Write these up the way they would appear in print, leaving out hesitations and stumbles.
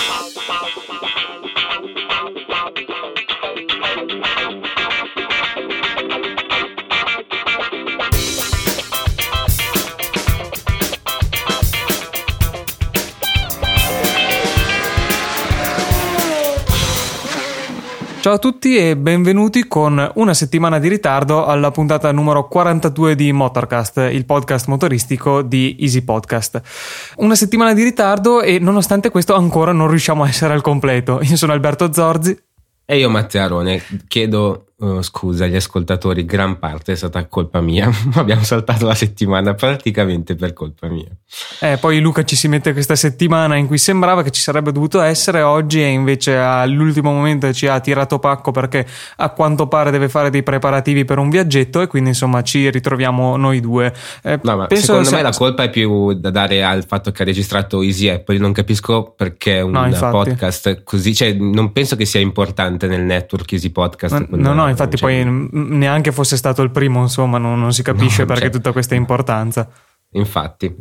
Ciao a tutti e benvenuti con una settimana di ritardo alla puntata numero 42 di Motorcast, il podcast motoristico di Easy Podcast. Una settimana di ritardo e nonostante questo ancora non riusciamo a essere al completo. Io sono Alberto Zorzi. E io Matteo Arone. Chiedo scusa agli ascoltatori, gran parte è stata colpa mia. Abbiamo saltato la settimana praticamente per colpa mia. Poi Luca ci si mette questa settimana in cui sembrava che ci sarebbe dovuto essere oggi e invece all'ultimo momento ci ha tirato pacco perché a quanto pare deve fare dei preparativi per un viaggetto e quindi insomma ci ritroviamo noi due. No, ma secondo me la colpa è più da dare al fatto che ha registrato Easy Apple. Non capisco perché podcast così, cioè non penso che sia importante nel network Easy Podcast. No, infatti poi neanche fosse stato il primo, insomma non si capisce perché tutta questa importanza. Infatti.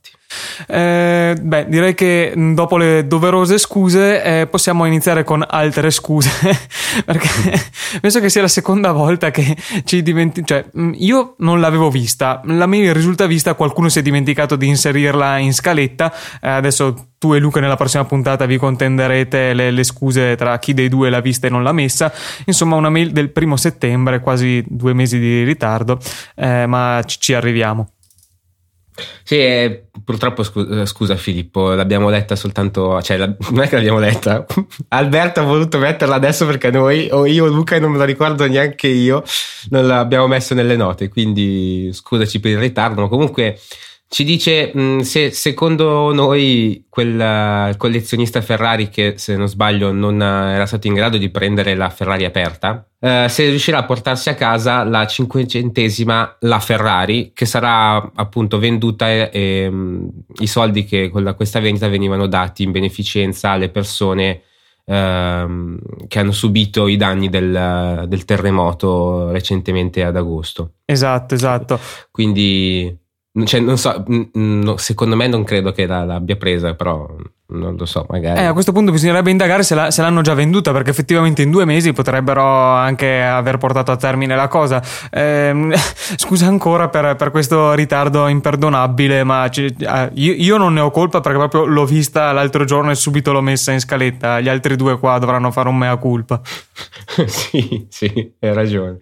Direi che dopo le doverose scuse possiamo iniziare con altre scuse perché penso che sia la seconda volta che io non l'avevo vista, la mail risulta vista, qualcuno si è dimenticato di inserirla in scaletta, adesso tu e Luca nella prossima puntata vi contenderete le scuse tra chi dei due l'ha vista e non l'ha messa. Insomma, una mail del 1 settembre, quasi 2 mesi di ritardo, ma ci arriviamo. Sì, purtroppo scusa Filippo, l'abbiamo letta soltanto, non è che l'abbiamo letta, Alberto ha voluto metterla adesso perché noi, o io o Luca, non me la ricordo neanche io, non l'abbiamo messo nelle note, quindi scusaci per il ritardo, ma comunque ci dice se secondo noi quel collezionista Ferrari che, se non sbaglio, non era stato in grado di prendere la Ferrari aperta, se riuscirà a portarsi a casa la 500esima la Ferrari, che sarà appunto venduta e i soldi che con questa vendita venivano dati in beneficenza alle persone che hanno subito i danni del terremoto recentemente ad agosto. Esatto. Quindi non so, secondo me non credo che l'abbia presa, però non lo so, magari. A questo punto bisognerebbe indagare se l'hanno già venduta, perché effettivamente in 2 mesi potrebbero anche aver portato a termine la cosa. Scusa ancora per questo ritardo imperdonabile, ma io non ne ho colpa perché proprio l'ho vista l'altro giorno e subito l'ho messa in scaletta. Gli altri 2 qua dovranno fare un mea culpa. Sì, hai ragione.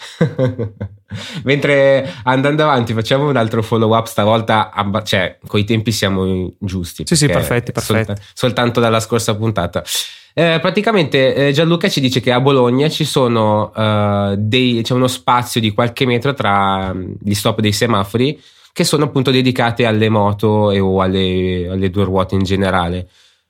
Mentre andando avanti facciamo un altro follow up, stavolta coi tempi siamo giusti. Sì, perfetti. Soltanto dalla scorsa puntata. Praticamente Gianluca ci dice che a Bologna ci sono c'è uno spazio di qualche metro tra gli stop dei semafori che sono appunto dedicate alle moto o alle 2 ruote in generale.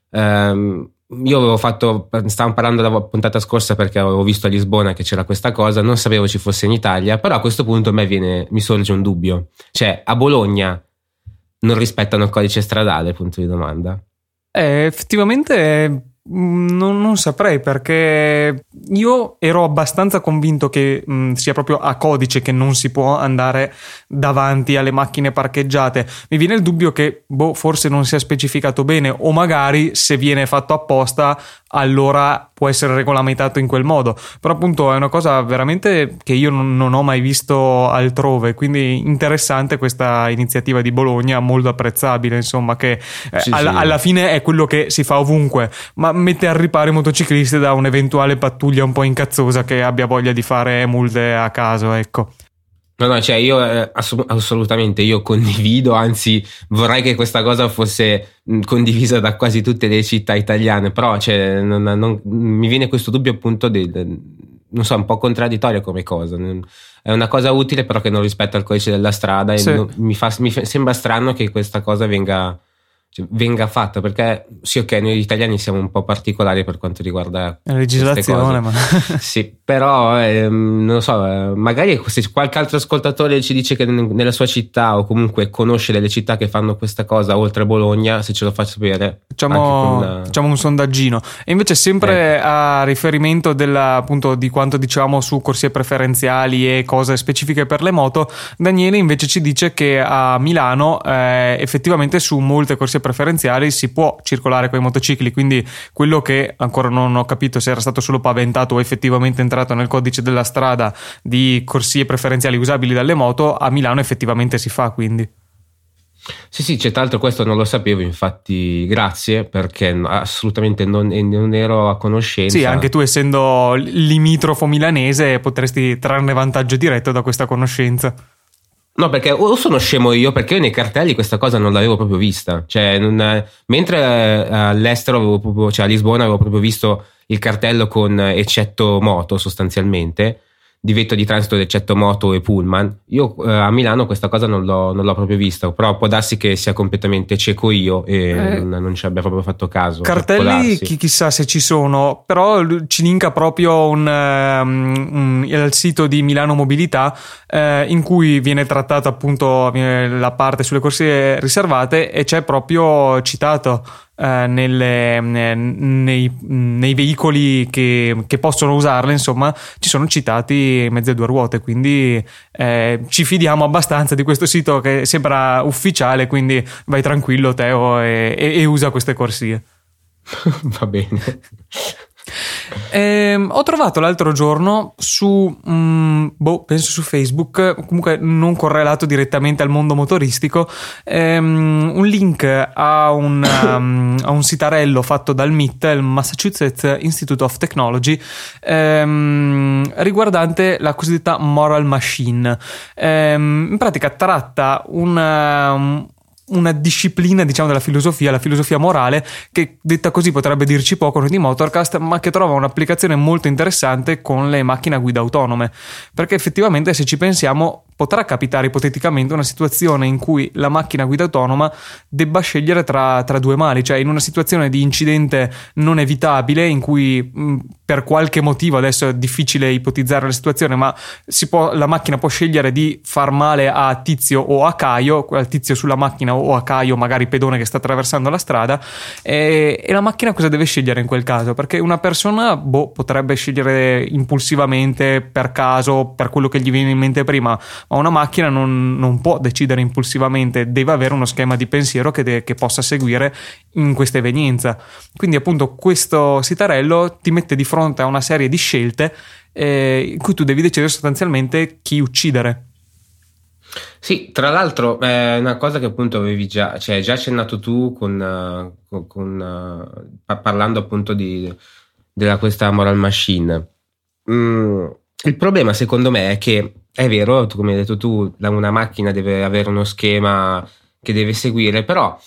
Io stavamo parlando la puntata scorsa perché avevo visto a Lisbona che c'era questa cosa, non sapevo ci fosse in Italia, però a questo punto mi sorge un dubbio, cioè a Bologna non rispettano il codice stradale, punto di domanda. Effettivamente non saprei, perché io ero abbastanza convinto che sia proprio a codice che non si può andare davanti alle macchine parcheggiate. Mi viene il dubbio che forse non sia specificato bene, o magari se viene fatto apposta allora può essere regolamentato in quel modo, però appunto è una cosa veramente che io non ho mai visto altrove, quindi interessante questa iniziativa di Bologna, molto apprezzabile, insomma, che alla fine è quello che si fa ovunque, ma mette al riparo i motociclisti da un'eventuale pattuglia un po' incazzosa che abbia voglia di fare multe a caso, ecco. No, io assolutamente io condivido, anzi vorrei che questa cosa fosse condivisa da quasi tutte le città italiane, però mi viene questo dubbio appunto non so, un po' contraddittoria come cosa. È una cosa utile però che non rispetta il codice della strada e sì. mi sembra strano che questa cosa venga fatta, perché sì, ok, noi italiani siamo un po' particolari per quanto riguarda la legislazione, ma sì, però non lo so, magari se qualche altro ascoltatore ci dice che nella sua città o comunque conosce delle città che fanno questa cosa oltre Bologna, se ce lo fa sapere, facciamo un sondaggino. E invece sempre a riferimento appunto di quanto dicevamo su corsie preferenziali e cose specifiche per le moto, Daniele invece ci dice che a Milano effettivamente su molte corsie preferenziali si può circolare con i motocicli, quindi quello che ancora non ho capito se era stato solo paventato o effettivamente entrato nel codice della strada di corsie preferenziali usabili dalle moto, a Milano effettivamente si fa, quindi. Sì, c'è, tra l'altro questo non lo sapevo, infatti grazie, perché assolutamente non ero a conoscenza. Sì, anche tu essendo limitrofo milanese potresti trarne vantaggio diretto da questa conoscenza. No, perché o sono scemo io, perché io nei cartelli questa cosa non l'avevo proprio vista, cioè mentre all'estero avevo proprio, cioè a Lisbona avevo proprio visto il cartello con eccetto moto sostanzialmente, divieto di transito eccetto moto e pullman. Io a Milano questa cosa non l'ho proprio vista, però può darsi che sia completamente cieco io e non ci abbia proprio fatto caso. Cartelli chissà se ci sono, però ci linka proprio il sito di Milano Mobilità in cui viene trattata appunto la parte sulle corsie riservate e c'è proprio citato nei veicoli che possono usarle, insomma, ci sono citati mezzi a due ruote, quindi ci fidiamo abbastanza di questo sito che sembra ufficiale, quindi vai tranquillo Teo e usa queste corsie. Va bene. Ho trovato l'altro giorno penso su Facebook, comunque non correlato direttamente al mondo motoristico, un link a un sitarello fatto dal MIT, il Massachusetts Institute of Technology, riguardante la cosiddetta moral machine. In pratica tratta una disciplina, diciamo, della filosofia, la filosofia morale, che detta così potrebbe dirci poco di Motorcast, ma che trova un'applicazione molto interessante con le macchine a guida autonome, perché effettivamente, se ci pensiamo, potrà capitare ipoteticamente una situazione in cui la macchina a guida autonoma debba scegliere tra due mali, cioè in una situazione di incidente non evitabile in cui per qualche motivo, adesso è difficile ipotizzare la situazione, ma la macchina può scegliere di far male a Tizio o a Caio, al Tizio sulla macchina o a Caio magari pedone che sta attraversando la strada, e la macchina cosa deve scegliere in quel caso? Perché una persona potrebbe scegliere impulsivamente, per caso, per quello che gli viene in mente prima, ma una macchina non può decidere impulsivamente, deve avere uno schema di pensiero che possa seguire in questa evenienza. Quindi appunto questo sitarello ti mette di fronte a una serie di scelte in cui tu devi decidere sostanzialmente chi uccidere. Sì, tra l'altro è una cosa che appunto avevi già accennato tu parlando appunto della questa moral machine. Il problema secondo me è che è vero, come hai detto tu, una macchina deve avere uno schema che deve seguire, però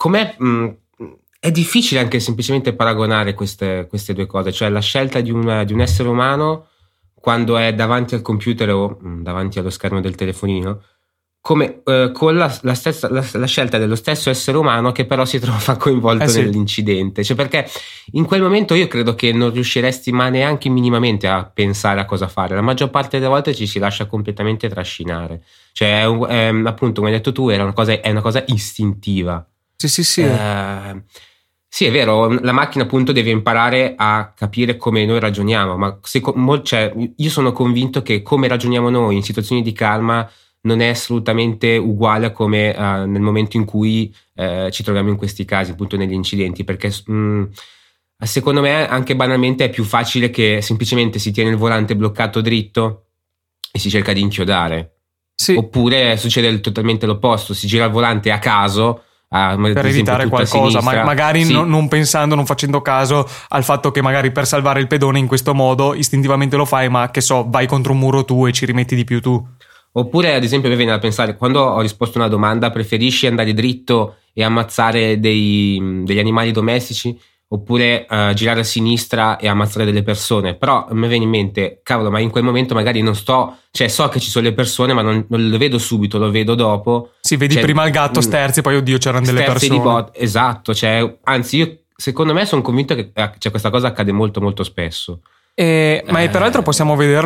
è difficile anche semplicemente paragonare queste due cose, cioè la scelta di un essere umano quando è davanti al computer o davanti allo schermo del telefonino, come con la scelta dello stesso essere umano che però si trova coinvolto nell'incidente, cioè perché in quel momento io credo che non riusciresti mai neanche minimamente a pensare a cosa fare, la maggior parte delle volte ci si lascia completamente trascinare, cioè appunto come hai detto tu è una cosa istintiva. Sì. Sì, è vero, la macchina appunto deve imparare a capire come noi ragioniamo, ma io sono convinto che come ragioniamo noi in situazioni di calma non è assolutamente uguale a come nel momento in cui ci troviamo in questi casi, appunto negli incidenti, perché secondo me anche banalmente è più facile che semplicemente si tiene il volante bloccato dritto e si cerca di inchiodare, oppure succede totalmente l'opposto, si gira il volante a caso per evitare qualcosa, magari non pensando, non facendo caso al fatto che magari per salvare il pedone in questo modo istintivamente lo fai, ma che so, vai contro un muro tu e ci rimetti di più tu. Oppure ad esempio mi viene da pensare, quando ho risposto a una domanda, preferisci andare dritto e ammazzare degli animali domestici oppure girare a sinistra e ammazzare delle persone? Però mi viene in mente, cavolo, ma in quel momento magari so che ci sono le persone ma non lo vedo subito, lo vedo dopo. Sì, vedi prima il gatto sterzi, poi oddio c'erano delle persone. Esatto, anzi io secondo me sono convinto che questa cosa accade molto molto spesso. Ma peraltro possiamo vederlo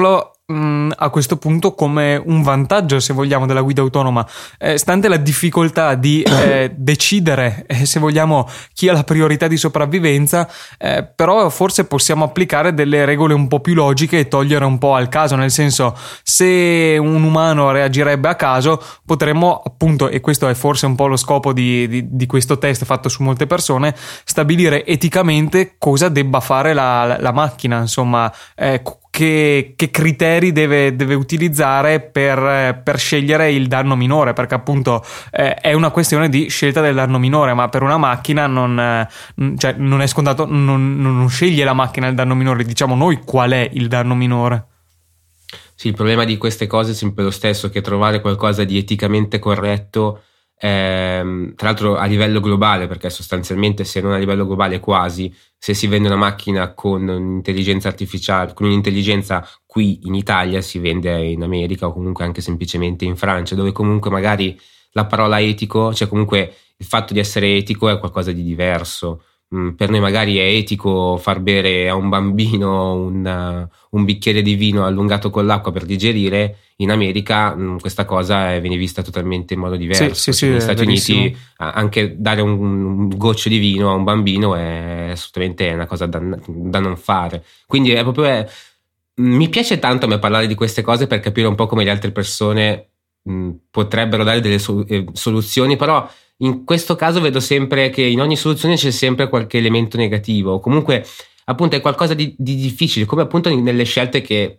a questo punto come un vantaggio, se vogliamo, della guida autonoma, stante la difficoltà di decidere, se vogliamo, chi ha la priorità di sopravvivenza, però forse possiamo applicare delle regole un po' più logiche e togliere un po' al caso, nel senso, se un umano reagirebbe a caso, potremmo appunto, e questo è forse un po' lo scopo di questo test fatto su molte persone, stabilire eticamente cosa debba fare la macchina, insomma, che criteri deve utilizzare per scegliere il danno minore, perché appunto è una questione di scelta del danno minore, ma per una macchina non è scontato, non sceglie la macchina il danno minore, diciamo noi qual è il danno minore. Sì, il problema di queste cose è sempre lo stesso, che trovare qualcosa di eticamente corretto, tra l'altro a livello globale, perché sostanzialmente, se non a livello globale quasi, se si vende una macchina con un'intelligenza artificiale, con un'intelligenza qui in Italia, si vende in America o comunque anche semplicemente in Francia, dove comunque magari la parola etico, cioè comunque il fatto di essere etico è qualcosa di diverso. Per noi magari è etico far bere a un bambino un bicchiere di vino allungato con l'acqua per digerire. In America questa cosa viene vista totalmente in modo diverso. Sì, negli Stati verissimo. Uniti anche dare un goccio di vino a un bambino è assolutamente una cosa da non fare. Quindi è proprio mi piace tanto a me parlare di queste cose per capire un po' come le altre persone potrebbero dare delle soluzioni, però in questo caso vedo sempre che in ogni soluzione c'è sempre qualche elemento negativo, comunque appunto è qualcosa di difficile, come appunto nelle scelte che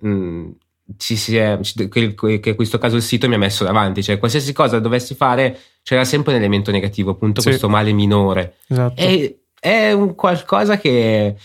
in questo caso il sito mi ha messo davanti, cioè qualsiasi cosa dovessi fare c'era sempre un elemento negativo, appunto Sì. Questo male minore. Esatto. È un qualcosa che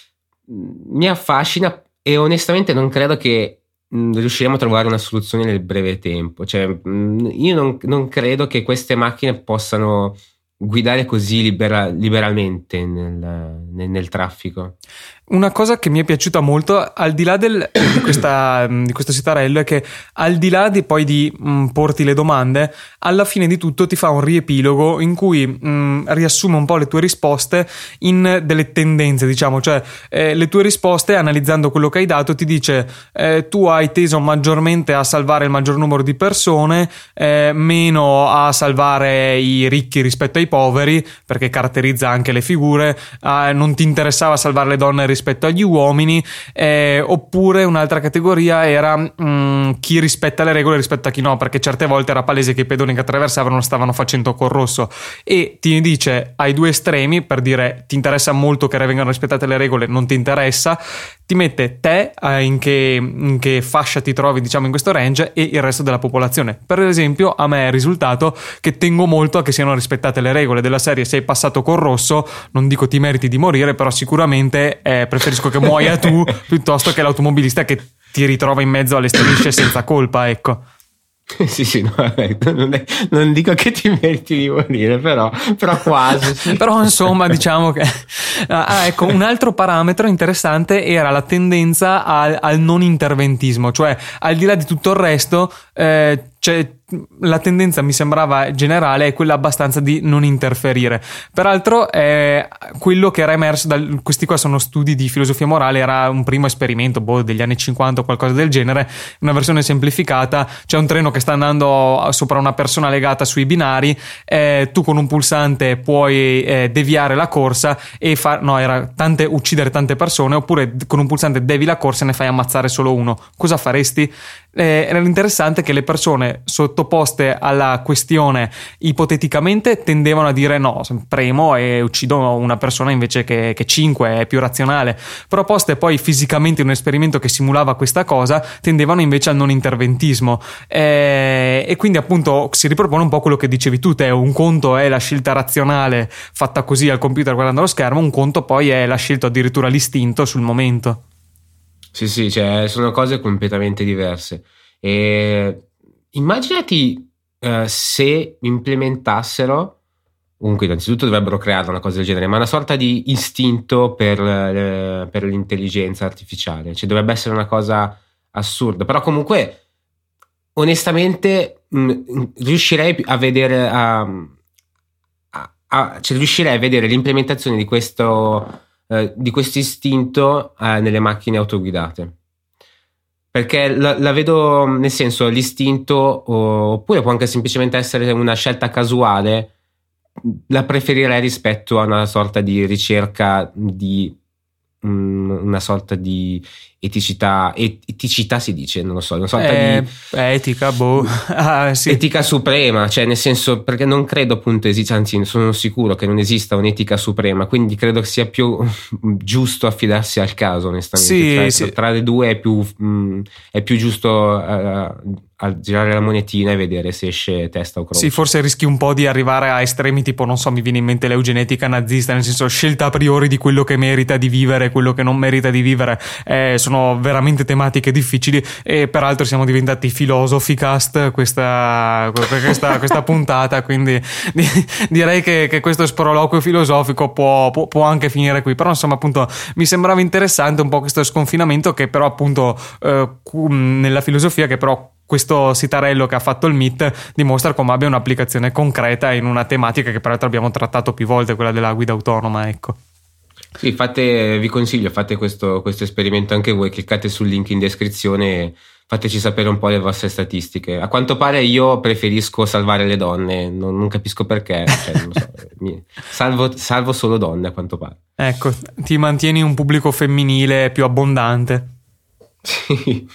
mi affascina e onestamente non credo che riusciremo a trovare una soluzione nel breve tempo, cioè io non credo che queste macchine possano guidare così liberalmente nel traffico. Una cosa che mi è piaciuta molto, al di là di questo sitarello, è che al di là di porti le domande, alla fine di tutto ti fa un riepilogo in cui riassume un po' le tue risposte in delle tendenze, diciamo, cioè le tue risposte, analizzando quello che hai dato, ti dice tu hai teso maggiormente a salvare il maggior numero di persone, meno a salvare i ricchi rispetto ai poveri, perché caratterizza anche le figure, non ti interessava salvare le donne rispetto agli uomini, oppure un'altra categoria era chi rispetta le regole rispetto a chi no, perché certe volte era palese che i pedoni che attraversavano stavano facendo col rosso, e ti dice ai due estremi, per dire ti interessa molto che vengano rispettate le regole, non ti interessa, ti mette te in che fascia ti trovi, diciamo, in questo range, e il resto della popolazione. Per esempio a me è risultato che tengo molto a che siano rispettate le regole della serie. Se hai passato col rosso, non dico ti meriti di morire, però sicuramente preferisco che muoia tu piuttosto che l'automobilista che ti ritrova in mezzo alle strisce senza colpa, ecco. Sì, no, non dico che ti meriti di morire, però quasi. Sì. Però insomma, diciamo che ecco, un altro parametro interessante era la tendenza al non interventismo, cioè al di là di tutto il resto la tendenza, mi sembrava generale, è quella abbastanza di non interferire. Peraltro quello che era emerso questi qua sono studi di filosofia morale, era un primo esperimento degli anni 50 o qualcosa del genere, una versione semplificata. C'è un treno che sta andando sopra una persona legata sui binari, tu con un pulsante puoi deviare la corsa e uccidere tante persone, oppure con un pulsante devi la corsa e ne fai ammazzare solo uno. Cosa faresti? Era interessante che le persone sottoposte alla questione ipoteticamente tendevano a dire no, premo e uccido una persona invece che 5, è più razionale. Però poste poi fisicamente in un esperimento che simulava questa cosa, tendevano invece al non interventismo, e quindi appunto si ripropone un po' quello che dicevi tu te. Un conto è la scelta razionale fatta così al computer guardando lo schermo, un conto poi è la scelta addirittura l'istinto sul momento. Sì, cioè sono cose completamente diverse. E immaginati se implementassero, comunque innanzitutto dovrebbero creare una cosa del genere, ma una sorta di istinto per l'intelligenza artificiale, cioè dovrebbe essere una cosa assurda, però comunque onestamente riuscirei a vedere cioè riuscirei a vedere l'implementazione di questo istinto nelle macchine autoguidate, perché la vedo, nel senso, l'istinto, oppure può anche semplicemente essere una scelta casuale, la preferirei rispetto a una sorta di ricerca di una sorta di eticità si dice, non lo so, una sorta di etica, sì. Etica suprema, cioè nel senso, perché non credo appunto anzi sono sicuro che non esista un'etica suprema, quindi credo che sia più giusto affidarsi al caso, onestamente. Sì. Tra le due è più giusto a girare la monetina e vedere se esce testa o croce. Sì, forse rischi un po' di arrivare a estremi tipo, non so, mi viene in mente l'eugenetica nazista, nel senso scelta a priori di quello che merita di vivere, quello che non merita di vivere. Sono veramente tematiche difficili, e peraltro siamo diventati filosofi cast questa puntata, quindi direi che questo sproloquio filosofico può anche finire qui. Però insomma, appunto, mi sembrava interessante un po' questo sconfinamento, che però appunto nella filosofia, che però questo sitarello che ha fatto il MIT dimostra come abbia un'applicazione concreta in una tematica che peraltro abbiamo trattato più volte, quella della guida autonoma, ecco. Sì, vi consiglio, fate questo esperimento anche voi, cliccate sul link in descrizione e fateci sapere un po' le vostre statistiche. A quanto pare io preferisco salvare le donne, non capisco perché, cioè, non so, salvo solo donne a quanto pare. Ecco, ti mantieni un pubblico femminile più abbondante. Sì.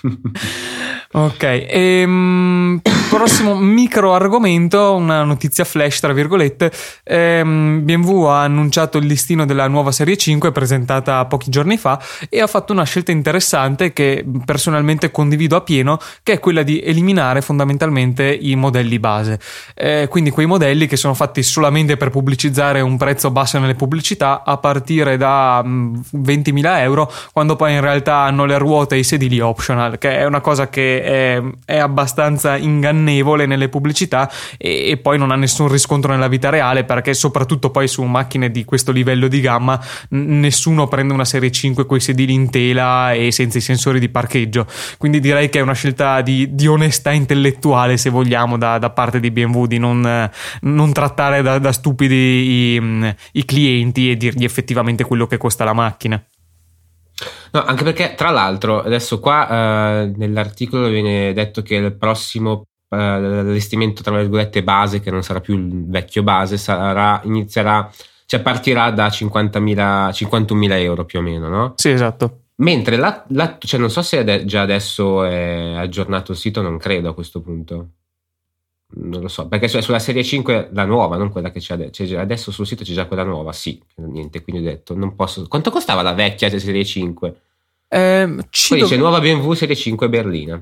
Ok, prossimo micro argomento, una notizia flash tra virgolette. BMW ha annunciato il listino della nuova serie 5 presentata pochi giorni fa, e ha fatto una scelta interessante che personalmente condivido appieno, che è quella di eliminare fondamentalmente i modelli base, quindi quei modelli che sono fatti solamente per pubblicizzare un prezzo basso nelle pubblicità a partire da 20.000 euro, quando poi in realtà hanno le ruote e i sedili optional, che è una cosa che è abbastanza ingannevole nelle pubblicità e poi non ha nessun riscontro nella vita reale, perché soprattutto poi su macchine di questo livello di gamma nessuno prende una serie 5 con i sedili in tela e senza i sensori di parcheggio, quindi direi che è una scelta di onestà intellettuale, se vogliamo, da parte di BMW, di non trattare da stupidi i clienti e dirgli effettivamente quello che costa la macchina. No, anche perché tra l'altro adesso qua nell'articolo viene detto che il prossimo allestimento tra virgolette base, che non sarà più il vecchio base, inizierà, cioè partirà da 51.000 euro più o meno, no? Sì, esatto. Mentre cioè non so se già adesso è aggiornato il sito, non credo a questo punto. Non lo so, perché sulla serie 5 la nuova, non quella che c'è adesso sul sito, c'è già quella nuova, sì, niente, quindi ho detto non posso. Quanto costava la vecchia serie 5? Poi dice nuova BMW serie 5 berlina.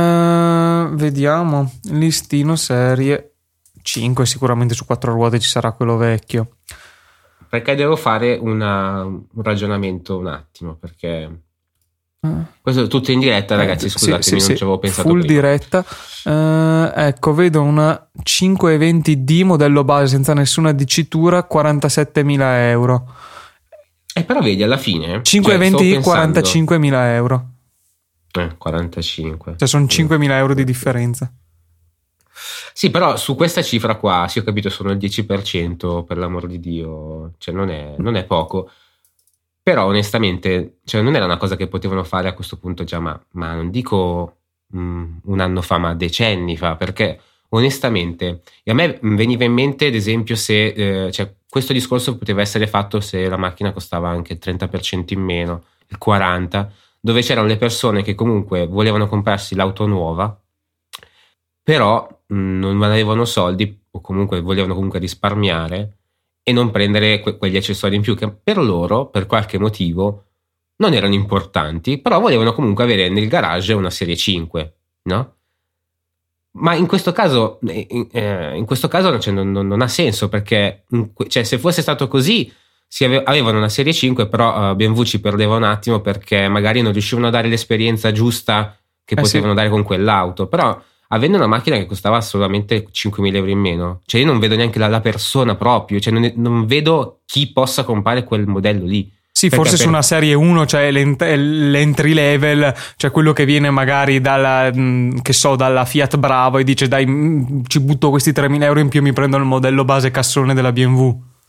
Vediamo, listino serie 5, sicuramente su 4 ruote ci sarà quello vecchio, perché devo fare un ragionamento un attimo, perché questo è tutto in diretta, ragazzi, scusatemi, non ci avevo pensato full prima. Diretta. Ecco, vedo una 520D modello base senza nessuna dicitura, 47.000 euro. Però vedi, alla fine 520 45.000 euro. 45, cioè sono 5.000 euro di differenza. Sì, però su questa cifra qua, sì, ho capito, sono il 10%, per l'amor di Dio, cioè non è poco. Però onestamente, cioè non era una cosa che potevano fare a questo punto già, ma non dico un anno fa, ma decenni fa, perché onestamente a me veniva in mente, ad esempio, se cioè, questo discorso poteva essere fatto se la macchina costava anche il 30% in meno, il 40%, dove c'erano le persone che comunque volevano comprarsi l'auto nuova, però non avevano soldi, o comunque volevano comunque risparmiare e non prendere quegli accessori in più che per loro, per qualche motivo, non erano importanti, però volevano comunque avere nel garage una serie 5, no? Ma in questo caso cioè, non ha senso, perché cioè, se fosse stato così avevano una serie 5, però BMW ci perdeva un attimo perché magari non riuscivano a dare l'esperienza giusta che potevano dare con quell'auto, però avendo una macchina che costava solamente 5.000 euro in meno, cioè io non vedo neanche la persona proprio, cioè non vedo chi possa comprare quel modello lì. Sì, forse su una serie 1, cioè l'entry level, cioè quello che viene magari dalla Fiat Bravo e dice dai, ci butto questi 3.000 euro in più, mi prendo il modello base cassone della BMW.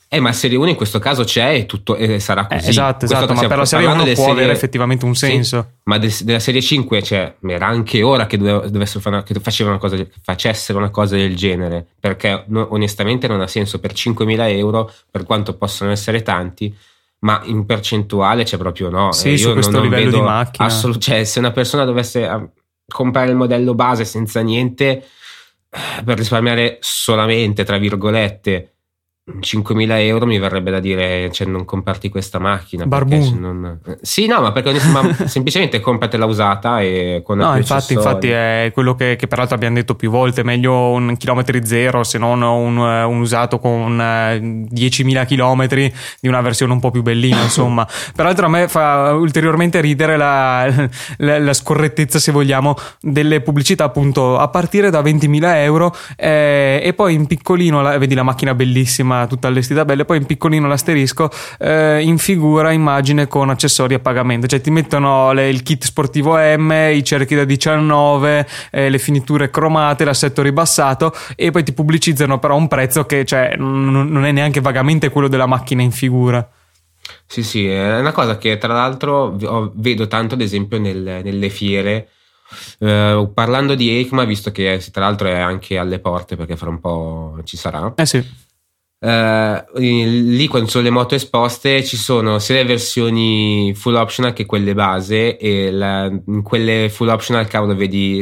Ma Serie 1 in questo caso c'è e tutto sarà così. Esatto, ma per la Serie 1 può avere effettivamente un senso. Sì, ma della Serie 5 era anche ora che facessero una cosa del genere, perché onestamente non ha senso per 5.000 euro, per quanto possono essere tanti, ma in percentuale c'è proprio no. Sì, io su questo livello vedo di macchina. Cioè, se una persona dovesse comprare il modello base senza niente, per risparmiare solamente, tra virgolette, 5.000 euro, mi verrebbe da dire, cioè, non comparti questa macchina. Sì, no, ma perché semplicemente compratela usata e con no, infatti è quello che peraltro abbiamo detto più volte: meglio un chilometri zero se non un usato con 10.000 chilometri di una versione un po' più bellina, insomma. Peraltro a me fa ulteriormente ridere la scorrettezza, se vogliamo, delle pubblicità, appunto, a partire da 20.000 euro, e poi in piccolino vedi la macchina bellissima tutta allestita bella, e poi in piccolino l'asterisco in figura immagine con accessori a pagamento, cioè ti mettono il kit sportivo M, i cerchi da 19, le finiture cromate, l'assetto ribassato, e poi ti pubblicizzano però un prezzo che, cioè, non è neanche vagamente quello della macchina in figura. Sì, è una cosa che tra l'altro vedo tanto ad esempio nelle fiere. Parlando di EICMA, visto che tra l'altro è anche alle porte, perché fra un po' ci sarà. Sì. Lì quando sono le moto esposte ci sono sia le versioni full optional che quelle base, e in quelle full optional, cavolo, vedi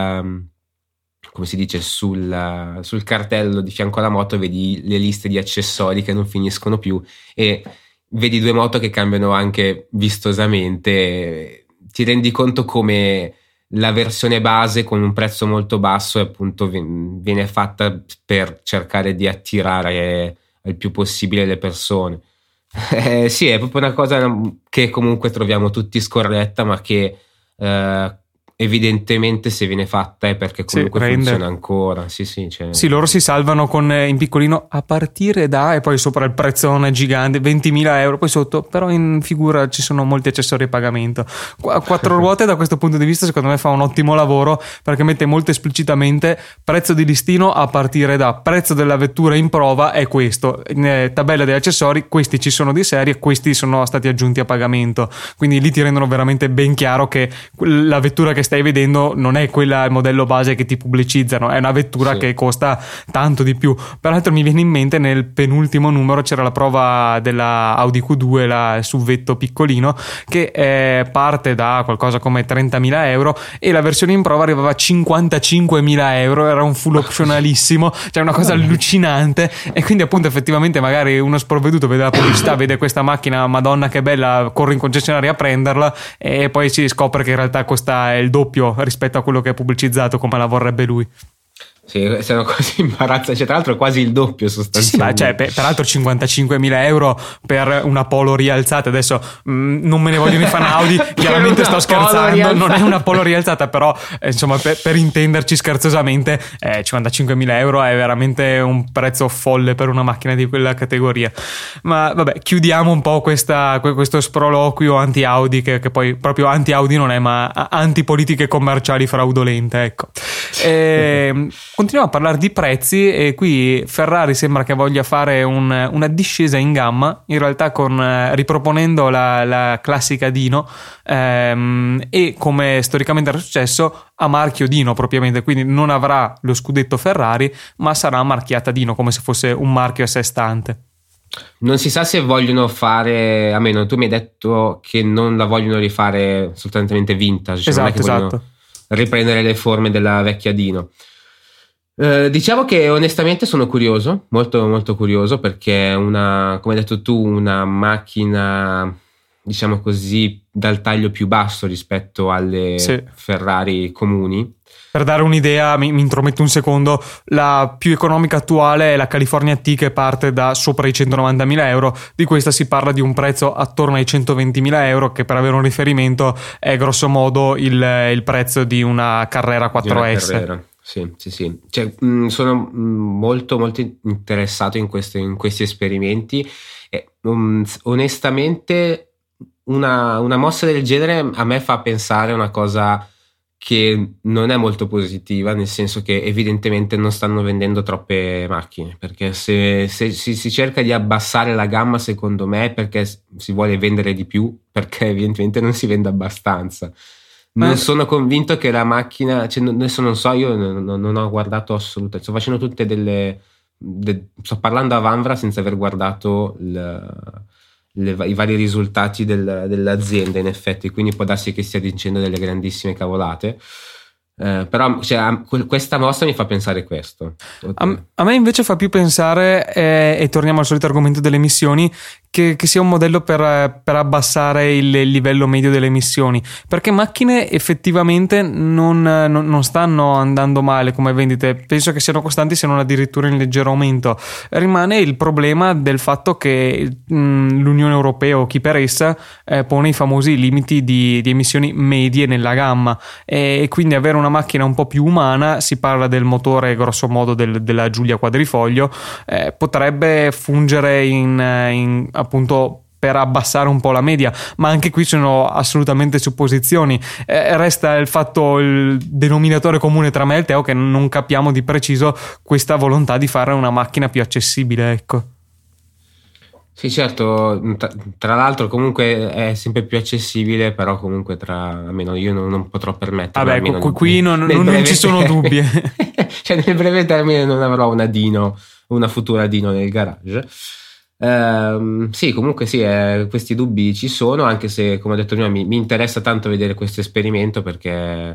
come si dice, sul cartello di fianco alla moto vedi le liste di accessori che non finiscono più, e vedi due moto che cambiano anche vistosamente. Ti rendi conto come la versione base con un prezzo molto basso e appunto viene fatta per cercare di attirare il più possibile le persone. Sì, è proprio una cosa che comunque troviamo tutti scorretta, ma che evidentemente se viene fatta è perché comunque funziona ancora. Sì, loro si salvano con in piccolino a partire da, e poi sopra il prezzone gigante 20.000 euro, poi sotto però in figura ci sono molti accessori a pagamento. Quattro ruote da questo punto di vista secondo me fa un ottimo lavoro, perché mette molto esplicitamente prezzo di listino a partire da, prezzo della vettura in prova è questo, tabella degli accessori, questi ci sono di serie, questi sono stati aggiunti a pagamento, quindi lì ti rendono veramente ben chiaro che la vettura che stai vedendo non è quella, il modello base che ti pubblicizzano, è una vettura che costa tanto di più. Peraltro mi viene in mente, nel penultimo numero c'era la prova della Audi Q2, la SUV piccolino, che parte da qualcosa come 30.000 euro e la versione in prova arrivava a 55.000 euro, era un full optionalissimo, cioè una cosa allucinante. E quindi appunto effettivamente magari uno sprovveduto vede la pubblicità, vede questa macchina, madonna che bella, corre in concessionaria a prenderla, e poi si scopre che in realtà costa il doppio rispetto a quello che è pubblicizzato come la vorrebbe lui. Sì, siamo così imbarazzati, cioè, tra l'altro quasi il doppio sostanzialmente. Sì, ma cioè, peraltro 55.000 euro per una Polo rialzata, adesso non me ne vogliono i fan Audi, chiaramente sto scherzando, non è una Polo rialzata, però insomma per intenderci scherzosamente, 55.000 euro è veramente un prezzo folle per una macchina di quella categoria. Ma vabbè, chiudiamo un po' questo sproloquio anti-Audi, che poi proprio anti-Audi non è, ma anti-politiche commerciali fraudolente, ecco. Continuiamo a parlare di prezzi, e qui Ferrari sembra che voglia fare una discesa in gamma, in realtà riproponendo la classica Dino, e come storicamente era successo a marchio Dino propriamente, quindi non avrà lo scudetto Ferrari ma sarà marchiata Dino come se fosse un marchio a sé stante. Non si sa se vogliono fare, almeno tu mi hai detto che non la vogliono rifare soltanto vintage, cioè esatto. Riprendere le forme della vecchia Dino. Diciamo che onestamente sono curioso, molto molto curioso, perché è come hai detto tu, una macchina, diciamo così, dal taglio più basso rispetto alle Ferrari comuni. Per dare un'idea, mi intrometto un secondo, la più economica attuale è la California T, che parte da sopra i 190.000 euro, di questa si parla di un prezzo attorno ai 120.000 euro, che per avere un riferimento è grosso modo il prezzo di una Carrera 4S. Sì. Cioè, sono molto molto interessato in questi esperimenti, e onestamente una mossa del genere a me fa pensare a una cosa che non è molto positiva, nel senso che evidentemente non stanno vendendo troppe macchine, perché se si cerca di abbassare la gamma, secondo me è perché si vuole vendere di più, perché evidentemente non si vende abbastanza. Non sono convinto che la macchina, cioè, adesso non so, io non ho guardato assolutamente, sto facendo tutte sto parlando a vanvera senza aver guardato i vari risultati dell'azienda, in effetti, quindi può darsi che stia dicendo delle grandissime cavolate. Però cioè, questa mossa mi fa pensare questo. A me invece fa più pensare, e torniamo al solito argomento delle emissioni, che sia un modello per abbassare il livello medio delle emissioni, perché macchine effettivamente non stanno andando male come vendite, penso che siano costanti, se non addirittura in leggero aumento. Rimane il problema del fatto che l'Unione Europea o chi per essa pone i famosi limiti di emissioni medie nella gamma, e quindi avere una macchina un po' più umana, si parla del motore grosso modo della Giulia quadrifoglio, potrebbe fungere in appunto per abbassare un po' la media, ma anche qui sono assolutamente supposizioni. Resta il denominatore comune tra me e Teo, che non capiamo di preciso questa volontà di fare una macchina più accessibile, ecco. Sì, certo, tra l'altro comunque è sempre più accessibile, però comunque almeno io non potrò permettermi. Vabbè, qui non ci sono dubbi. Cioè nel breve termine non avrò una futura Dino nel garage. Sì, comunque sì, questi dubbi ci sono, anche se, come ho detto prima, mi interessa tanto vedere questo esperimento, perché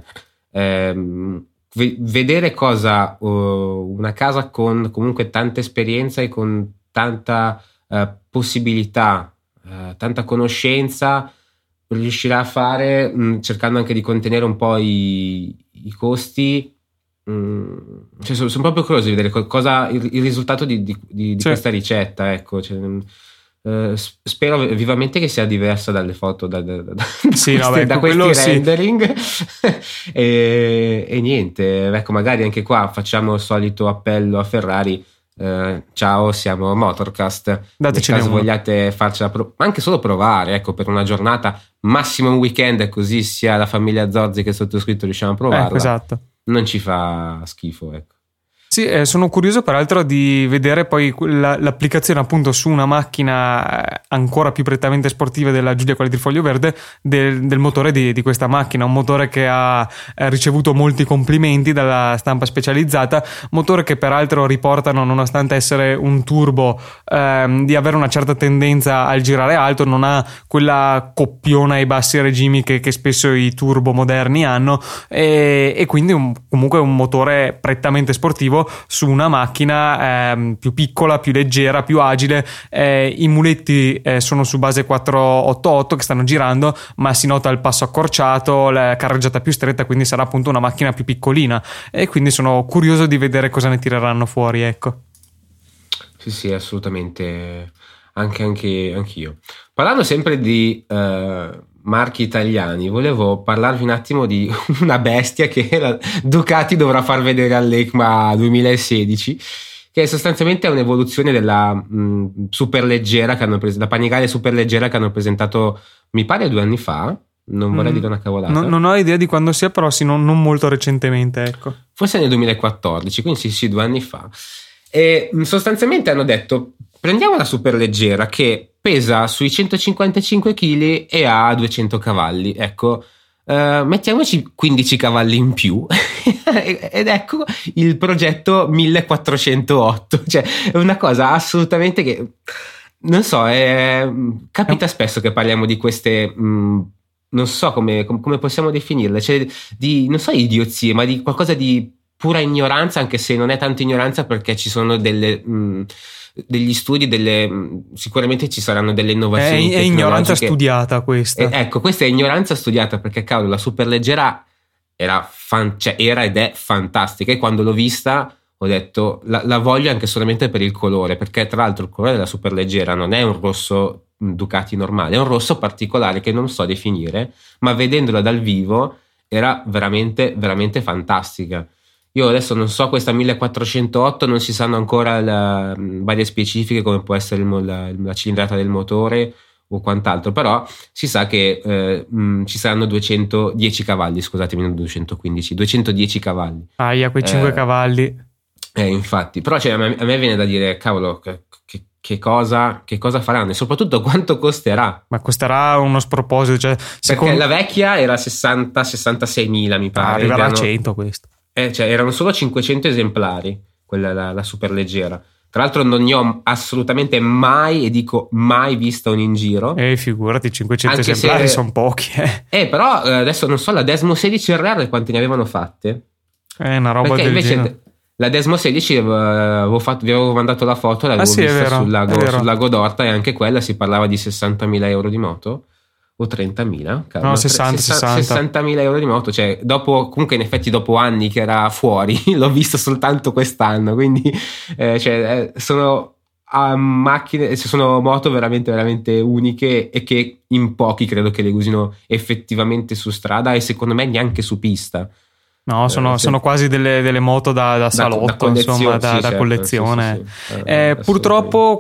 vedere una casa con comunque tanta esperienza e con tanta possibilità, tanta conoscenza riuscirà a fare, cercando anche di contenere un po' i costi. Cioè, sono proprio curioso di vedere il risultato di questa ricetta, ecco. Cioè, spero vivamente che sia diversa dalle foto da questi rendering. e niente, ecco, magari anche qua facciamo il solito appello a Ferrari. Ciao, siamo Motorcast, dateci nel caso vogliate farcela anche solo provare, ecco, per una giornata, massimo un weekend, così sia la famiglia Zorzi che il sottoscritto riusciamo a provarla. Esatto. Non ci fa schifo, ecco. Sì, sono curioso peraltro di vedere poi l'applicazione appunto su una macchina ancora più prettamente sportiva della Giulia quadrifoglio verde del motore di questa macchina, un motore che ha ricevuto molti complimenti dalla stampa specializzata, motore che peraltro riportano, nonostante essere un turbo, di avere una certa tendenza al girare alto, non ha quella coppiona ai bassi regimi che spesso i turbo moderni hanno, e quindi comunque un motore prettamente sportivo su una macchina più piccola, più leggera, più agile. I muletti sono su base 488 che stanno girando, ma si nota il passo accorciato, la carreggiata più stretta, quindi sarà appunto una macchina più piccolina, e quindi sono curioso di vedere cosa ne tireranno fuori, ecco. Sì, assolutamente, anch'io. Parlando sempre di marchi italiani, volevo parlarvi un attimo di una bestia che la Ducati dovrà far vedere all'EICMA 2016, che sostanzialmente è un'evoluzione della superleggera che hanno la Panigale superleggera che hanno presentato, mi pare 2 anni fa. Non vorrei dire una cavolata. Non ho idea di quando sia, però sì, non molto recentemente, ecco. Forse nel 2014, quindi sì, 2 anni fa. E sostanzialmente hanno detto: prendiamo la superleggera che pesa sui 155 kg e ha 200 cavalli, ecco, mettiamoci 15 cavalli in più ed ecco il progetto 1408. Cioè è una cosa assolutamente che non so, capita spesso che parliamo di queste non so come possiamo definirle, cioè non so idiozie, ma di qualcosa di pura ignoranza, anche se non è tanto ignoranza, perché ci sono degli studi, sicuramente ci saranno delle innovazioni. È ignoranza studiata questa. Ecco, questa è ignoranza studiata, perché cavolo, la superleggera era ed è fantastica, e quando l'ho vista ho detto la voglio anche solamente per il colore, perché tra l'altro il colore della superleggera non è un rosso Ducati normale, è un rosso particolare che non so definire, ma vedendola dal vivo era veramente veramente fantastica. Io adesso non so, questa 1408 non si sanno ancora varie specifiche, come può essere la cilindrata del motore o quant'altro, però si sa che ci saranno 210 cavalli, scusatemi, non 215, 210 cavalli. Quei 5 cavalli. Infatti, però cioè, a me viene da dire, cavolo, che cosa faranno e soprattutto quanto costerà. Ma costerà uno sproposito, cioè, perché la vecchia era 60-66 mila, mi pare. Arriverà a 100 questo. Cioè, erano solo 500 esemplari, quella la super leggera. Tra l'altro non ne ho assolutamente mai, e dico mai, vista un in giro. Figurati, 500 esemplari sono pochi. Però adesso non so, la Desmo 16 RR quanti ne avevano fatte? Una roba perché del invece genere. La Desmo 16 vi avevo mandato la foto, l'avevo vista sul lago d'Orta, e anche quella si parlava di 60.000 euro di moto o 30.000? No, 60.000 euro di moto, cioè comunque in effetti dopo anni che era fuori l'ho visto soltanto quest'anno, quindi sono macchine, sono moto veramente veramente uniche e che in pochi credo che le usino effettivamente su strada e secondo me neanche su pista. No, sono quasi delle moto da salotto, insomma, da collezione. Sì. Purtroppo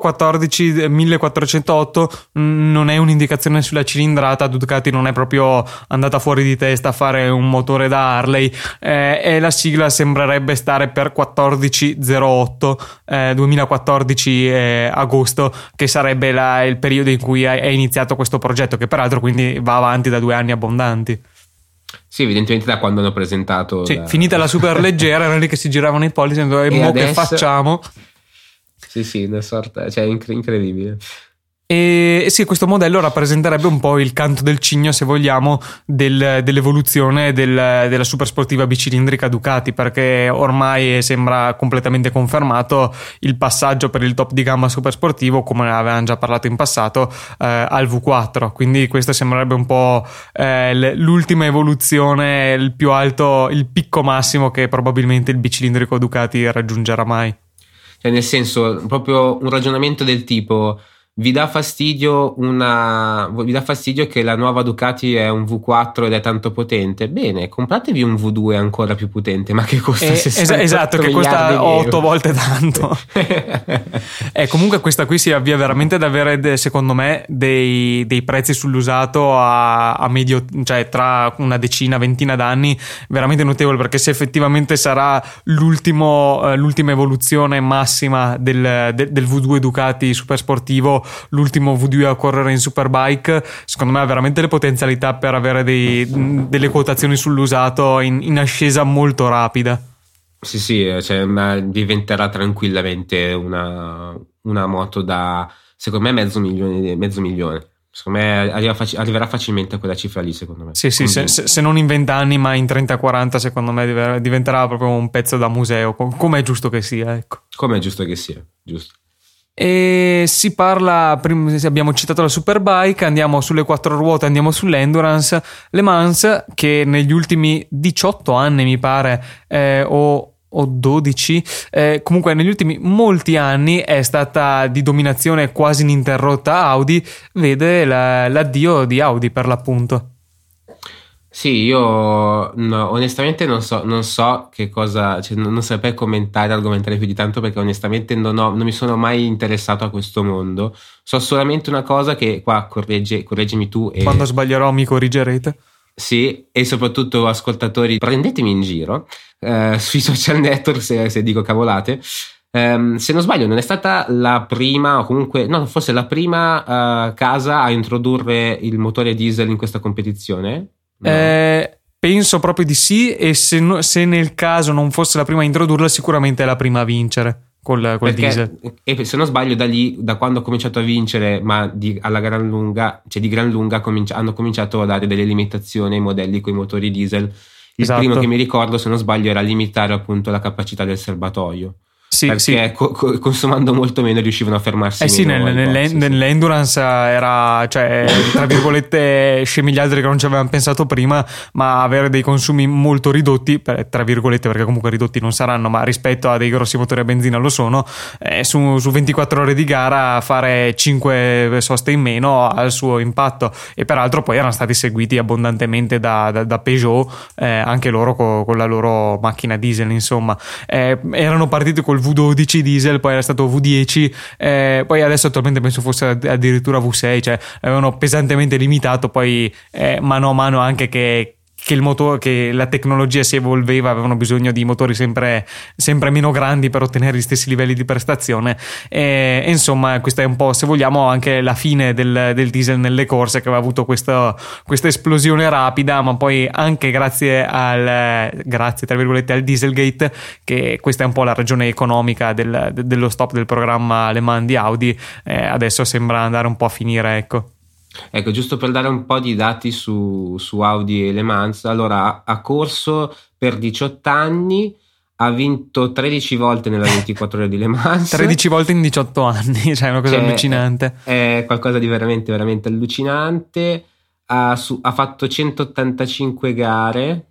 14.408 non è un'indicazione sulla cilindrata. Ducati non è proprio andata fuori di testa a fare un motore da Harley, e la sigla sembrerebbe stare per 1408 2014 agosto, che sarebbe il periodo in cui è iniziato questo progetto, che peraltro quindi va avanti da 2 anni abbondanti. Sì, evidentemente da quando hanno presentato. Sì, finita la super leggera, erano lì che si giravano i pollici e mo adesso... che facciamo? Sì, una sorta, cioè incredibile. E sì, questo modello rappresenterebbe un po' il canto del cigno, se vogliamo, dell'evoluzione della super sportiva bicilindrica Ducati, perché ormai sembra completamente confermato il passaggio per il top di gamma super sportivo, come avevamo già parlato in passato, al V4. Quindi questo sembrerebbe un po' l'ultima evoluzione, il più alto, il picco massimo che probabilmente il bicilindrico Ducati raggiungerà mai. Cioè, nel senso, proprio un ragionamento del tipo: vi dà fastidio che la nuova Ducati è un V4 ed è tanto potente? Bene, compratevi un V2 ancora più potente, ma che costa 60 esatto, che costa 8 volte tanto. Comunque questa qui si avvia veramente ad avere, secondo me, dei prezzi sull'usato a medio, cioè tra una ventina d'anni, veramente notevole, perché se effettivamente sarà l'ultima evoluzione massima del V2 Ducati super sportivo, l'ultimo V2 a correre in Superbike, secondo me ha veramente le potenzialità per avere delle quotazioni sull'usato in ascesa molto rapida. Sì, ma diventerà tranquillamente una moto da, secondo me, mezzo milione. Secondo me arriverà facilmente a quella cifra lì, secondo me. Sì, se non in 20 anni, ma in 30-40, secondo me diventerà proprio un pezzo da museo, come è giusto che sia, ecco. Come è giusto che sia, giusto. E si parla, abbiamo citato la Superbike, andiamo sulle 4 ruote, andiamo sull'Endurance. Le Mans, che negli ultimi 18 anni mi pare, o 12, comunque negli ultimi molti anni è stata di dominazione quasi ininterrotta Audi, vede l'addio di Audi per l'appunto. Sì, io onestamente non so che cosa, cioè non saprei argomentare più di tanto, perché onestamente non mi sono mai interessato a questo mondo. So solamente una cosa, che qua correggimi tu. Quando sbaglierò mi corrigerete. Sì, e soprattutto ascoltatori, prendetemi in giro sui social network se dico cavolate. Se non sbaglio non è stata la prima, o comunque no, forse la prima casa a introdurre il motore diesel in questa competizione. No. Penso proprio di sì, e se nel caso non fosse la prima a introdurla, sicuramente è la prima a vincere col diesel. E se non sbaglio, da lì, da quando ha cominciato a vincere, ma alla gran lunga, cioè di gran lunga, hanno cominciato a dare delle limitazioni ai modelli con i motori diesel. Il primo che mi ricordo, se non sbaglio, era limitare appunto la capacità del serbatoio. Sì, perché consumando molto meno riuscivano a fermarsi. Sì, nell'endurance era, cioè, tra virgolette, scemigliatori che non ci avevamo pensato prima, ma avere dei consumi molto ridotti, tra virgolette, perché comunque ridotti non saranno, ma rispetto a dei grossi motori a benzina lo sono, su 24 ore di gara fare 5 soste in meno ha il suo impatto. E peraltro poi erano stati seguiti abbondantemente da Peugeot, anche loro con la loro macchina diesel, insomma. Erano partiti col V12 diesel, poi era stato V10, poi adesso attualmente penso fosse addirittura V6, cioè avevano pesantemente limitato, poi mano a mano anche che il motore, che la tecnologia si evolveva, avevano bisogno di motori sempre meno grandi per ottenere gli stessi livelli di prestazione, e insomma questa è un po', se vogliamo, anche la fine del diesel nelle corse, che aveva avuto questa esplosione rapida, ma poi anche grazie tra virgolette al Dieselgate, che questa è un po' la ragione economica dello stop del programma Le Mans di Audi, adesso sembra andare un po' a finire, ecco. Ecco, giusto per dare un po' di dati su Audi e Le Mans. Allora, ha corso per 18 anni, ha vinto 13 volte nella 24 ore di Le Mans. 13 volte in 18 anni, cioè è una cosa allucinante. È qualcosa di veramente, veramente allucinante. Ha fatto 185 gare.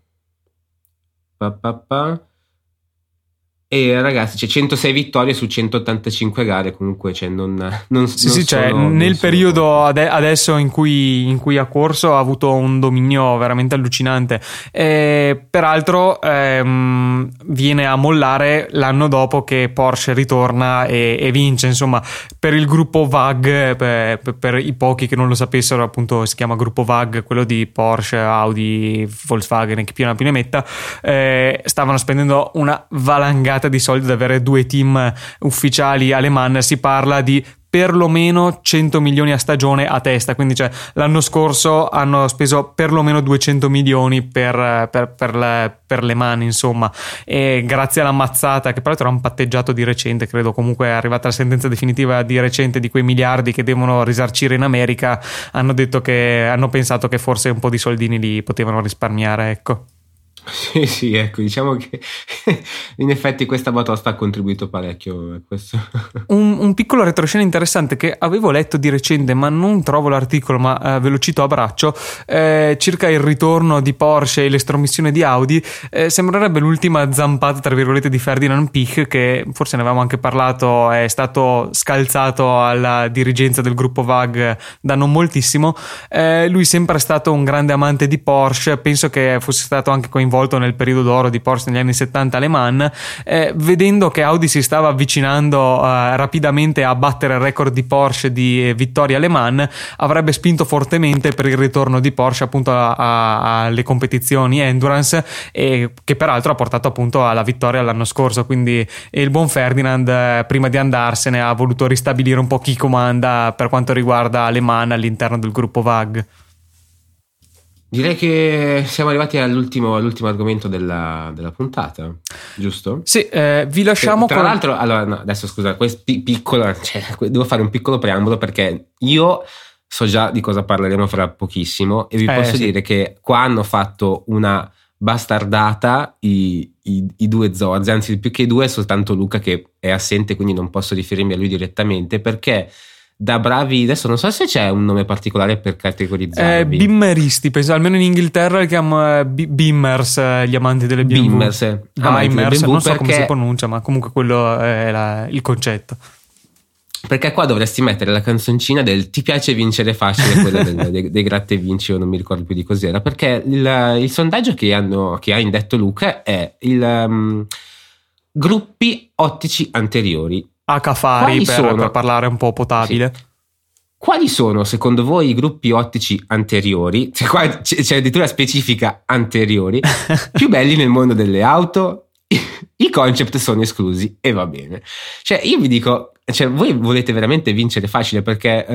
E ragazzi, c'è 106 vittorie su 185 gare, comunque, cioè cioè nel periodo adesso in cui ha corso ha avuto un dominio veramente allucinante. Peraltro viene a mollare l'anno dopo che Porsche ritorna e vince, insomma, per il gruppo VAG, per i pochi che non lo sapessero, appunto si chiama gruppo VAG, quello di Porsche, Audi, Volkswagen e chi più ne metta, stavano spendendo una valangata di soldi ad avere 2 team ufficiali a Le Mans. Si parla di perlomeno 100 milioni a stagione a testa, quindi cioè l'anno scorso hanno speso perlomeno 200 milioni per Le Mans, insomma, e grazie alla mazzata, che peraltro era un patteggiato di recente, credo, comunque è arrivata la sentenza definitiva di recente di quei miliardi che devono risarcire in America, hanno pensato che forse un po' di soldini li potevano risparmiare, ecco. Sì, ecco, diciamo che in effetti questa batosta ha contribuito parecchio a questo. Un piccolo retroscena interessante che avevo letto di recente, ma non trovo l'articolo, ma ve lo cito a braccio, circa il ritorno di Porsche e l'estromissione di Audi. Sembrerebbe l'ultima zampata, tra virgolette, di Ferdinand Piech, che forse ne avevamo anche parlato, è stato scalzato alla dirigenza del gruppo VAG da non moltissimo. Lui è sempre stato un grande amante di Porsche, penso che fosse stato anche coinvolto nel periodo d'oro di Porsche negli anni 70 a Le Mans, vedendo che Audi si stava avvicinando rapidamente a battere il record di Porsche di vittorie a Le Mans, avrebbe spinto fortemente per il ritorno di Porsche appunto alle competizioni endurance, e che peraltro ha portato appunto alla vittoria l'anno scorso. Quindi il buon Ferdinand, prima di andarsene, ha voluto ristabilire un po' chi comanda per quanto riguarda Le Mans all'interno del gruppo VAG. Direi che siamo arrivati all'ultimo argomento della puntata, giusto? Sì, vi lasciamo tra l'altro, allora, no, adesso scusa, devo fare un piccolo preambolo, perché io so già di cosa parleremo fra pochissimo, e vi posso dire che qua hanno fatto una bastardata i 2 Zorzi, anzi più che 2 è soltanto Luca che è assente, quindi non posso riferirmi a lui direttamente, perché da bravi, adesso non so se c'è un nome particolare per categorizzarvi. Bimmeristi, penso, almeno in Inghilterra li chiamano Bimmers, gli amanti delle BMW. Bimmers, non so come si pronuncia, ma comunque quello è il concetto. Perché qua dovresti mettere la canzoncina del "ti piace vincere facile", quella dei gratta e vinci, o non mi ricordo più di cos'era, perché il sondaggio che ha indetto Luca è il gruppi ottici anteriori. Cafari per parlare un po' potabile. Sì. Quali sono secondo voi i gruppi ottici anteriori, cioè qua c'è addirittura specifica anteriori, più belli nel mondo delle auto? I concept sono esclusi e va bene. Cioè io vi dico, cioè voi volete veramente vincere facile, perché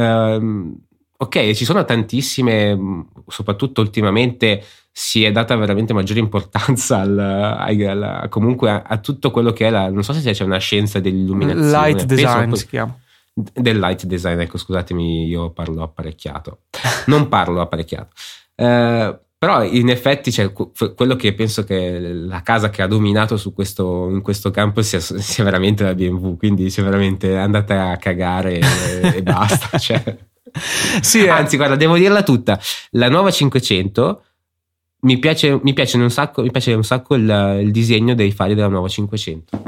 ok, ci sono tantissime, soprattutto ultimamente si è data veramente maggiore importanza comunque a tutto quello che è non so se c'è una scienza dell'illuminazione, light design si chiama, del light design, ecco, scusatemi, io non parlo apparecchiato, però in effetti c'è quello che penso che la casa che ha dominato in questo campo sia veramente la BMW, quindi sia veramente andate a cagare e basta, cioè. Sì, anzi guarda, devo dirla tutta, la nuova 500 mi piace un sacco il disegno dei fari della nuova 500.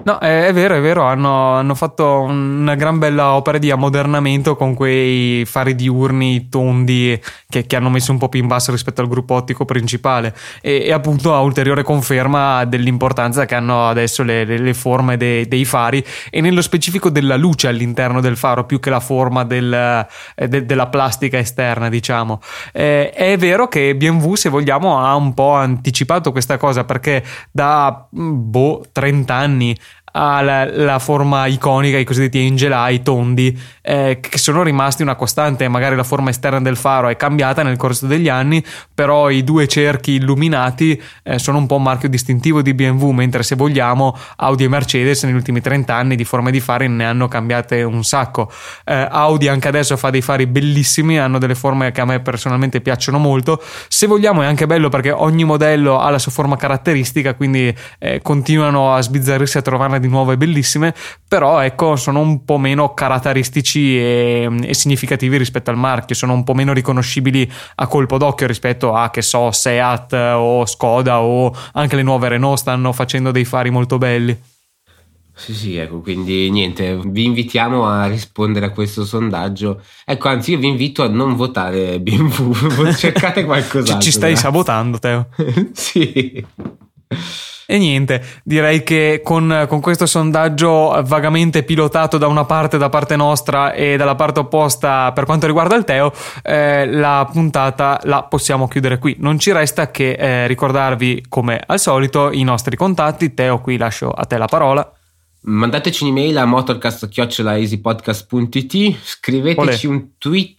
No, è vero, hanno fatto una gran bella opera di ammodernamento con quei fari diurni tondi che hanno messo un po' più in basso rispetto al gruppo ottico principale e appunto a ulteriore conferma dell'importanza che hanno adesso le forme dei fari e nello specifico della luce all'interno del faro più che la forma della plastica esterna, diciamo. È vero che BMW, se vogliamo, ha un po' anticipato questa cosa perché da 30 anni ha la forma iconica, i cosiddetti angel eye tondi, che sono rimasti una costante. Magari la forma esterna del faro è cambiata nel corso degli anni, però i due cerchi illuminati sono un po' un marchio distintivo di BMW, mentre se vogliamo Audi e Mercedes negli ultimi 30 anni di forme di fari ne hanno cambiate un sacco. Audi anche adesso fa dei fari bellissimi, hanno delle forme che a me personalmente piacciono molto. Se vogliamo è anche bello perché ogni modello ha la sua forma caratteristica, quindi continuano a sbizzarrirsi a trovarne di nuove bellissime, però ecco, sono un po' meno caratteristici e significativi rispetto al marchio, sono un po' meno riconoscibili a colpo d'occhio rispetto a, che so, Seat o Skoda, o anche le nuove Renault stanno facendo dei fari molto belli. Sì, ecco, quindi niente, vi invitiamo a rispondere a questo sondaggio. Ecco, anzi, io vi invito a non votare BMW, cercate qualcos'altro. Ci stai sabotando, Teo. Sì. E niente, direi che con questo sondaggio vagamente pilotato da parte nostra e dalla parte opposta per quanto riguarda il Teo, la puntata la possiamo chiudere qui. Non ci resta che ricordarvi, come al solito, i nostri contatti. Teo, qui lascio a te la parola. Mandateci un'email a motorcast@easypodcast.it, scriveteci un tweet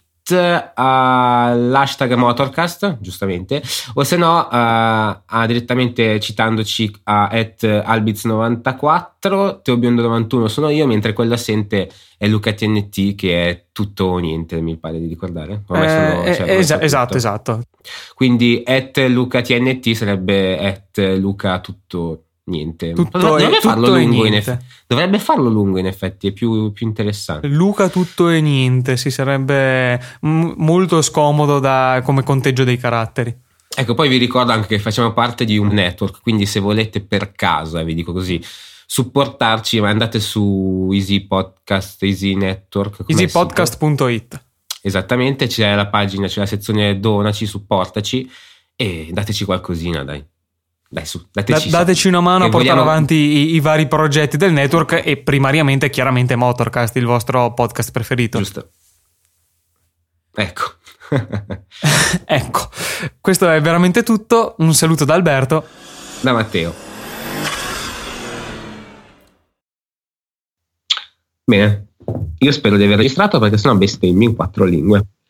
all'hashtag Motorcast, giustamente, o se no direttamente citandoci a @albiz94. TeoBiondo91 sono io, mentre quello assente è Luca TNT, che è tutto o niente, mi pare di ricordare. Esatto. Quindi @Luca TNT sarebbe @Luca tutto niente. Dovrebbe farlo lungo in effetti, è più interessante. Luca tutto e niente, sì, sarebbe molto scomodo come conteggio dei caratteri. Ecco, poi vi ricordo anche che facciamo parte di un network, quindi se volete per caso, vi dico così, supportarci, andate su Easy Podcast, Easy Network, easypodcast.it. Esattamente, c'è la pagina, c'è la sezione donaci, supportaci e dateci qualcosina, dai. Dai, su, dateci una mano a portare avanti i vari progetti del network e primariamente chiaramente Motorcast, il vostro podcast preferito. Giusto. Ecco. Ecco, questo è veramente tutto. Un saluto da Alberto. Da Matteo. Bene, io spero di aver registrato perché sennò bestemmio in 4 lingue.